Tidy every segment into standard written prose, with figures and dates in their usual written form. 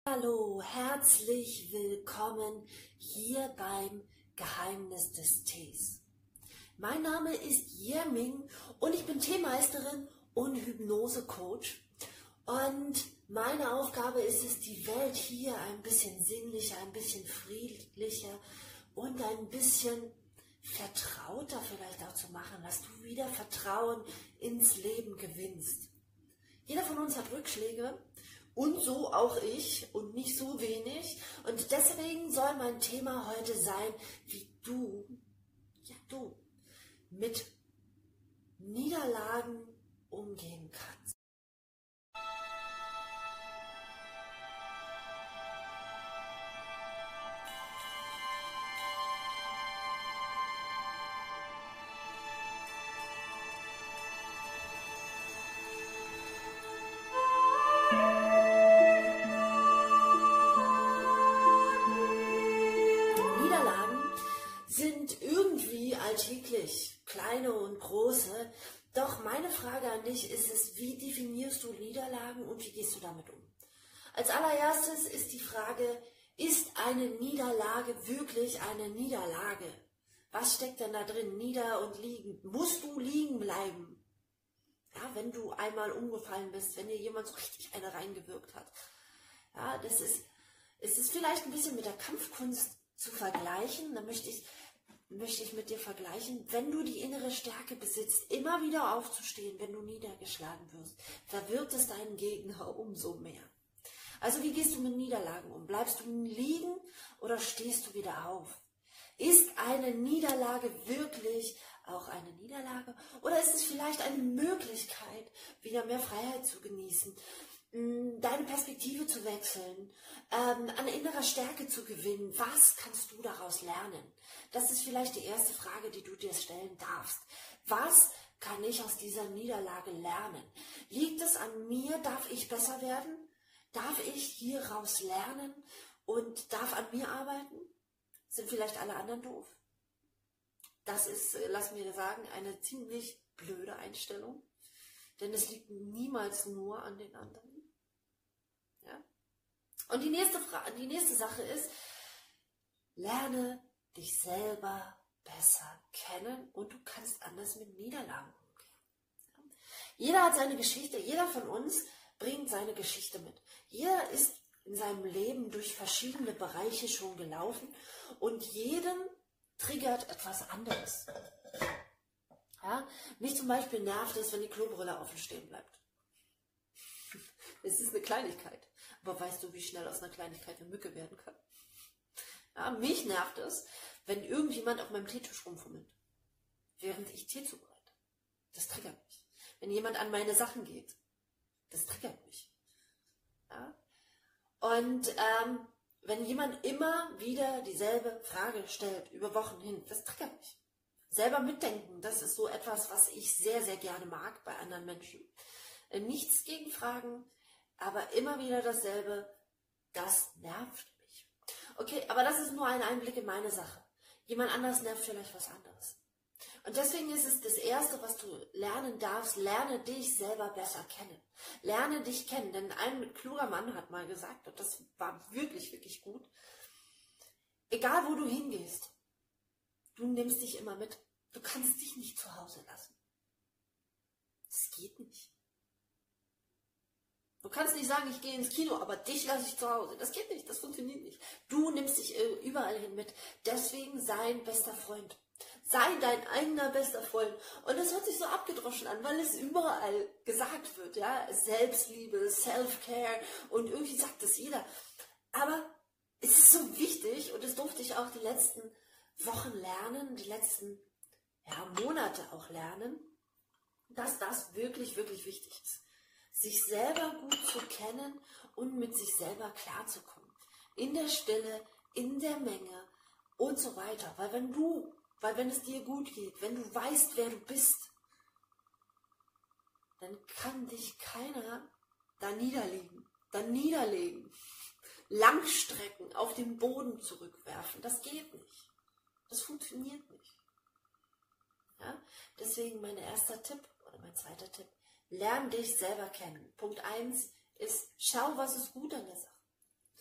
Hallo, herzlich willkommen hier beim Geheimnis des Tees. Mein Name ist Yerming und ich bin Teemeisterin und Hypnose-Coach. Und meine Aufgabe ist es, die Welt hier ein bisschen sinnlicher, ein bisschen friedlicher und ein bisschen vertrauter vielleicht auch zu machen, dass du wieder Vertrauen ins Leben gewinnst. Jeder von uns hat Rückschläge und so auch ich und nicht so wenig. Und deswegen soll mein Thema heute sein, wie du mit Niederlagen umgehen kannst. Niederlagen sind irgendwie alltäglich, kleine und große. Doch meine Frage an dich ist es, wie definierst du Niederlagen und wie gehst du damit um? Als allererstes ist die Frage, ist eine Niederlage wirklich eine Niederlage? Was steckt denn da drin? Nieder und liegen. Musst du liegen bleiben? Ja, wenn du einmal umgefallen bist, wenn dir jemand so richtig eine reingewirkt hat. Ja, es ist vielleicht ein bisschen mit der Kampfkunst zu vergleichen. Da möchte ich mit dir vergleichen, wenn du die innere Stärke besitzt, immer wieder aufzustehen, wenn du niedergeschlagen wirst, verwirrt es deinen Gegner umso mehr. Also wie gehst du mit Niederlagen um? Bleibst du liegen oder stehst du wieder auf? Ist eine Niederlage wirklich auch eine Niederlage? Oder ist es vielleicht eine Möglichkeit, wieder mehr Freiheit zu genießen, deine Perspektive zu wechseln, an innerer Stärke zu gewinnen? Was kannst du daraus lernen? Das ist vielleicht die erste Frage, die du dir stellen darfst. Was kann ich aus dieser Niederlage lernen? Liegt es an mir? Darf ich besser werden? Darf ich hieraus lernen und darf an mir arbeiten? Sind vielleicht alle anderen doof? Das ist, lass mir sagen, eine ziemlich blöde Einstellung, denn es liegt niemals nur an den anderen. Ja? Und die nächste Sache ist, lerne dich selber besser kennen und du kannst anders mit Niederlagen umgehen. Jeder hat seine Geschichte, jeder von uns bringt seine Geschichte mit. Jeder ist in seinem Leben durch verschiedene Bereiche schon gelaufen und jedem triggert etwas anderes. Ja? Mich zum Beispiel nervt es, wenn die Klobrille offen stehen bleibt. Es ist eine Kleinigkeit, aber weißt du, wie schnell aus einer Kleinigkeit eine Mücke werden kann? Ja, mich nervt es, wenn irgendjemand auf meinem Teetisch rumfummelt, während ich Tee zubereite. Das triggert mich. Wenn jemand an meine Sachen geht, das triggert mich. Ja? Und wenn jemand immer wieder dieselbe Frage stellt, über Wochen hin, das triggert mich. Selber mitdenken, das ist so etwas, was ich sehr, sehr gerne mag bei anderen Menschen. Nichts gegen Fragen, aber immer wieder dasselbe, das nervt mich. Okay, aber das ist nur ein Einblick in meine Sache. Jemand anders nervt vielleicht was anderes. Und deswegen ist es das Erste, was du lernen darfst, lerne dich selber besser kennen. Lerne dich kennen, denn ein kluger Mann hat mal gesagt, und das war wirklich, wirklich gut, egal wo du hingehst, du nimmst dich immer mit. Du kannst dich nicht zu Hause lassen. Das geht nicht. Du kannst nicht sagen, ich gehe ins Kino, aber dich lasse ich zu Hause. Das geht nicht, das funktioniert nicht. Du nimmst dich überall hin mit. Deswegen sei ein bester Freund. Sei dein eigener bester Freund. Und das hört sich so abgedroschen an, weil es überall gesagt wird, ja, Selbstliebe, Self-Care und irgendwie sagt das jeder. Aber es ist so wichtig und das durfte ich auch die letzten Wochen lernen, die letzten Monate auch lernen, dass das wirklich, wirklich wichtig ist. Sich selber gut zu kennen und mit sich selber klarzukommen. In der Stille, in der Menge und so weiter. Weil wenn es dir gut geht, wenn du weißt, wer du bist, dann kann dich keiner da niederlegen, langstrecken, auf den Boden zurückwerfen. Das geht nicht. Das funktioniert nicht. Ja? Deswegen mein erster Tipp oder mein zweiter Tipp, lern dich selber kennen. Punkt 1 ist, schau, was ist gut an der Sache.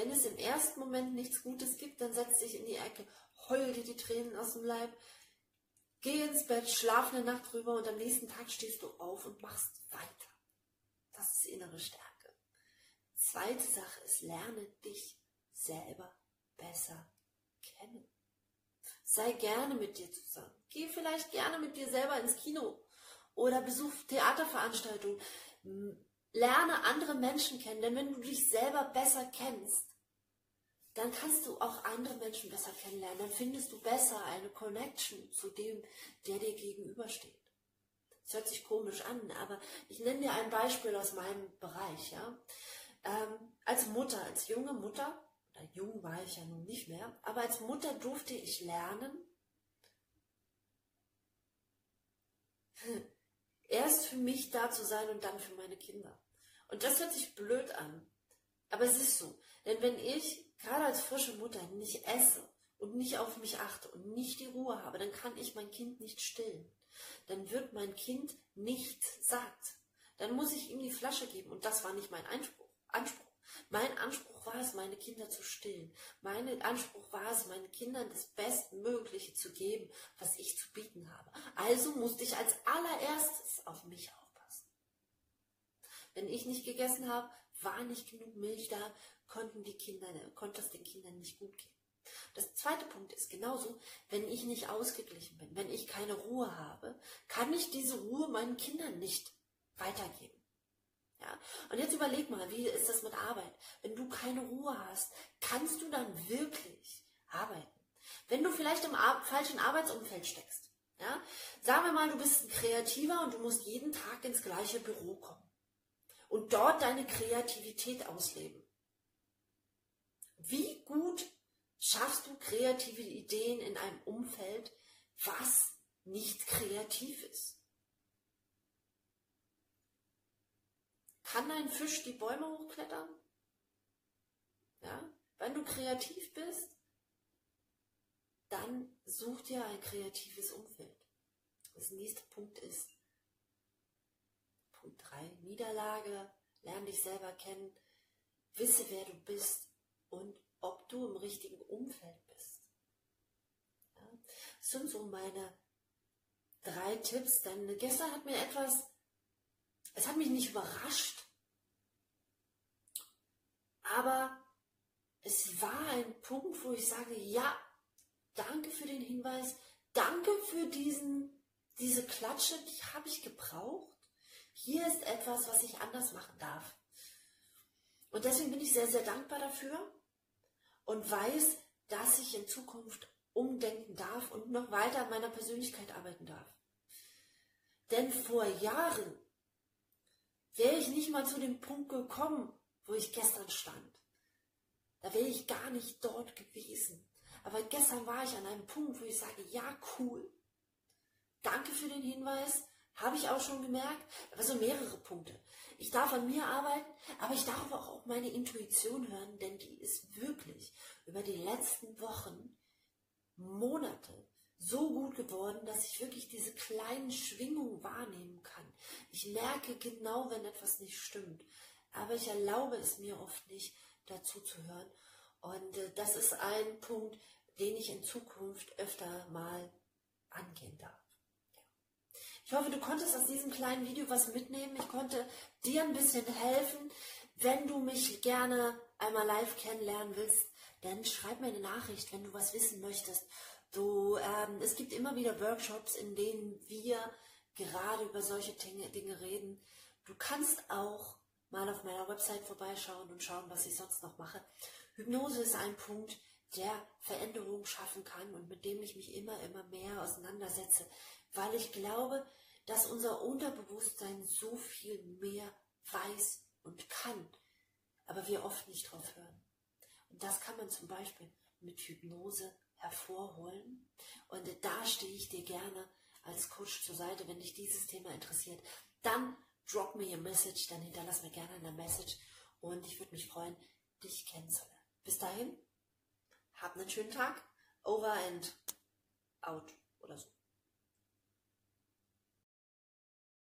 Wenn es im ersten Moment nichts Gutes gibt, dann setz dich in die Ecke, heul dir die Tränen aus dem Leib, geh ins Bett, schlaf eine Nacht drüber und am nächsten Tag stehst du auf und machst weiter. Das ist innere Stärke. Zweite Sache ist, lerne dich selber besser kennen. Sei gerne mit dir zusammen. Geh vielleicht gerne mit dir selber ins Kino oder besuch Theaterveranstaltungen. Lerne andere Menschen kennen, denn wenn du dich selber besser kennst, dann kannst du auch andere Menschen besser kennenlernen. Dann findest du besser eine Connection zu dem, der dir gegenübersteht. Das hört sich komisch an, aber ich nenne dir ein Beispiel aus meinem Bereich. Ja? Als Mutter, als junge Mutter, oder jung war ich ja nun nicht mehr, aber als Mutter durfte ich lernen, erst für mich da zu sein und dann für meine Kinder. Und das hört sich blöd an, aber es ist so. Denn wenn ich gerade als frische Mutter nicht esse und nicht auf mich achte und nicht die Ruhe habe, dann kann ich mein Kind nicht stillen. Dann wird mein Kind nicht satt. Dann muss ich ihm die Flasche geben und das war nicht mein Anspruch. Mein Anspruch war es, meine Kinder zu stillen. Mein Anspruch war es, meinen Kindern das Bestmögliche zu geben, was ich zu bieten habe. Also musste ich als allererstes auf mich aufpassen. Wenn ich nicht gegessen habe, war nicht genug Milch da, konnte es den Kindern nicht gut gehen. Das zweite Punkt ist genauso, wenn ich nicht ausgeglichen bin, wenn ich keine Ruhe habe, kann ich diese Ruhe meinen Kindern nicht weitergeben. Ja? Und jetzt überleg mal, wie ist das mit Arbeit? Wenn du keine Ruhe hast, kannst du dann wirklich arbeiten? Wenn du vielleicht im falschen Arbeitsumfeld steckst, ja? Sagen wir mal, du bist ein Kreativer und du musst jeden Tag ins gleiche Büro kommen und dort deine Kreativität ausleben. Wie gut schaffst du kreative Ideen in einem Umfeld, was nicht kreativ ist? Kann ein Fisch die Bäume hochklettern? Ja? Wenn du kreativ bist, dann such dir ein kreatives Umfeld. Das nächste Punkt ist Punkt 3, Niederlage, lerne dich selber kennen, wisse, wer du bist und ob du im richtigen Umfeld bist. Ja? Das sind so meine 3 Tipps, denn gestern hat mir es hat mich nicht überrascht, aber es war ein Punkt, wo ich sage, ja, danke für den Hinweis, danke für diese Klatsche, die habe ich gebraucht. Hier ist etwas, was ich anders machen darf. Und deswegen bin ich sehr, sehr dankbar dafür und weiß, dass ich in Zukunft umdenken darf und noch weiter an meiner Persönlichkeit arbeiten darf. Denn vor Jahren wäre ich nicht mal zu dem Punkt gekommen, wo ich gestern stand. Da wäre ich gar nicht dort gewesen. Aber gestern war ich an einem Punkt, wo ich sage, ja, cool. Danke für den Hinweis. Habe ich auch schon gemerkt. Aber so mehrere Punkte. Ich darf an mir arbeiten, aber ich darf auch auf meine Intuition hören, denn die ist wirklich über die letzten Wochen, Monate so gut geworden, dass ich wirklich diese kleinen Schwingungen wahrnehmen kann. Ich merke genau, wenn etwas nicht stimmt. Aber ich erlaube es mir oft nicht, dazu zu hören. Und das ist ein Punkt, den ich in Zukunft öfter mal angehen darf. Ja. Ich hoffe, du konntest aus diesem kleinen Video was mitnehmen. Ich konnte dir ein bisschen helfen. Wenn du mich gerne einmal live kennenlernen willst, dann schreib mir eine Nachricht, wenn du was wissen möchtest. Es gibt immer wieder Workshops, in denen wir gerade über solche Dinge reden. Du kannst auch mal auf meiner Website vorbeischauen und schauen, was ich sonst noch mache. Hypnose ist ein Punkt, der Veränderung schaffen kann und mit dem ich mich immer mehr auseinandersetze, weil ich glaube, dass unser Unterbewusstsein so viel mehr weiß und kann, aber wir oft nicht drauf hören. Und das kann man zum Beispiel mit Hypnose hervorholen. Und da stehe ich dir gerne als Coach zur Seite, wenn dich dieses Thema interessiert. Dann drop me a message, dann hinterlass mir gerne eine Message und ich würde mich freuen, dich kennenzulernen. Bis dahin, hab einen schönen Tag, over and out oder so.